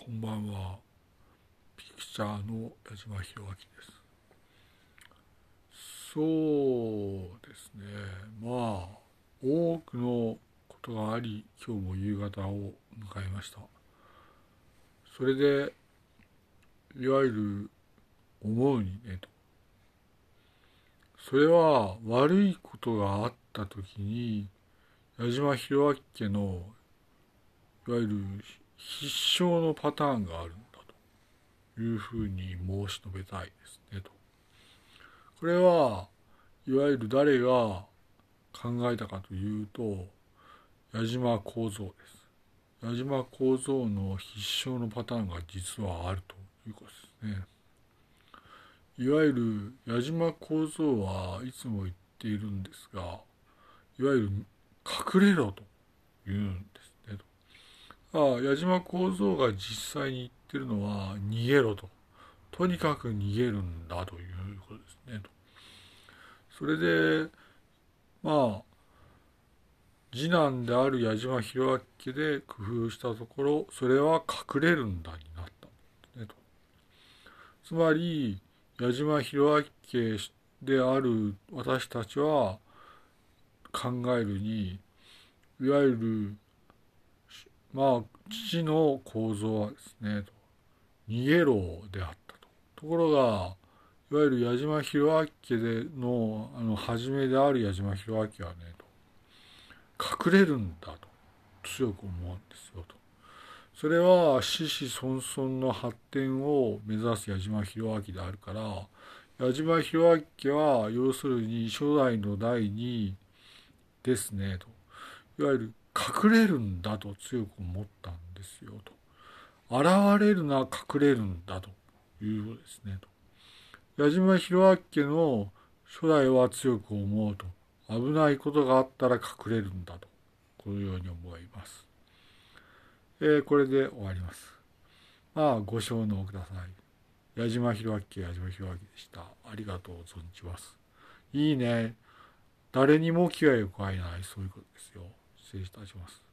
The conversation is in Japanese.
こんばんは。ピクチャーの矢島弘明です。そうですね。多くのことがあり、今日も夕方を迎えました。それで、いわゆる思うにねと。それは悪いことがあったときに、矢島弘明家のいわゆる必勝のパターンがあるんだというふうに申し述べたいですねと。これはいわゆる誰が考えたかというと、矢島構造です。矢島構造の必勝のパターンが実はあるということですね。いわゆる矢島構造はいつも言っているんですが、いわゆる隠れろと言うんですね。矢島構造が実際に言ってるのは逃げろと。とにかく逃げるんだということですね。それで、まあ、次男である矢島弘明で工夫したところ、それは隠れるんだになったんですねと。つまり、矢島弘明である私たちは考えるに、いわゆる、父の構造はですね、逃げろであったと。ところが、いわゆる矢島弘明での、初めである矢島弘明はね、隠れるんだと強く思うんですよと。それは子々孫々の発展を目指す矢島弘明であるから、矢島弘明は要するに初代の代にですねと、いわゆる隠れるんだと強く思ったんですよと。現れるな隠れるんだということですねと。矢島弘明の初代は強く思うと。危ないことがあったら隠れるんだと。このように思います。これで終わります。ご承納ください。矢島弘明、矢島弘明でした。ありがとう存じます。いいね。誰にも危害を加えない、そういうことですよ。失礼いたします。